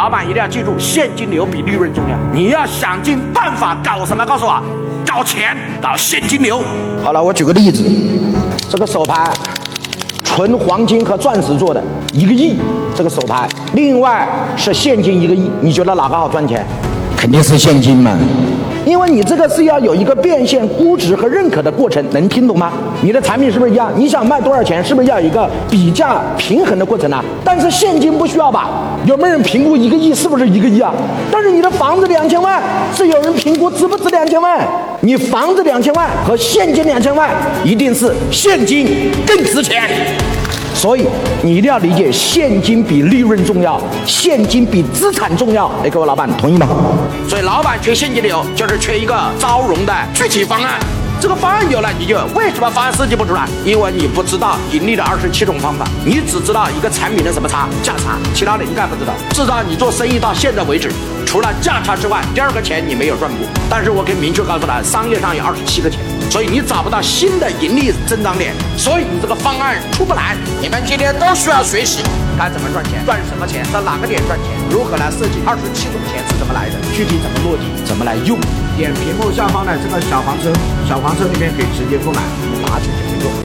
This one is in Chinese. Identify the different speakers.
Speaker 1: 老板一定要记住，现金流比利润重要。你要想尽办法搞什么？告诉我，搞钱，搞现金流。好了，我举个例子，这个手牌，纯黄金和钻石做的，1个亿，这个手牌，另外是现金1个亿，你觉得哪个好赚钱？肯定是现金嘛。因为你这个是要有一个变现、估值和认可的过程，能听懂吗？你的产品是不是一样？你想卖多少钱，是不是要有一个比价平衡的过程啊？但是现金不需要吧？有没有人评估1个亿是不是1个亿啊？但是你的房子2000万，是有人评估值不值2000万？你房子2000万和现金2000万，一定是现金更值钱。所以你一定要理解，现金比利润重要，现金比资产重要。各位老板同意吗？所以老板缺现金流，就是缺一个招融的具体方案。这个方案有了，你就为什么方案设计不出来？因为你不知道盈利的27种方法，你只知道一个产品的什么差，价差，其他的应该不知道。至少你做生意到现在为止，除了价差之外，第二个钱你没有赚过。但是我可以明确告诉他，商业上有27个钱。所以你找不到新的盈利增长点，所以你这个方案出不来。你们今天都需要学习该怎么赚钱，赚什么钱，在哪个点赚钱，如何来设计27种钱是怎么来的，具体怎么落地，怎么来用。点屏幕下方的这个小黄车里面可以直接购买，拿去。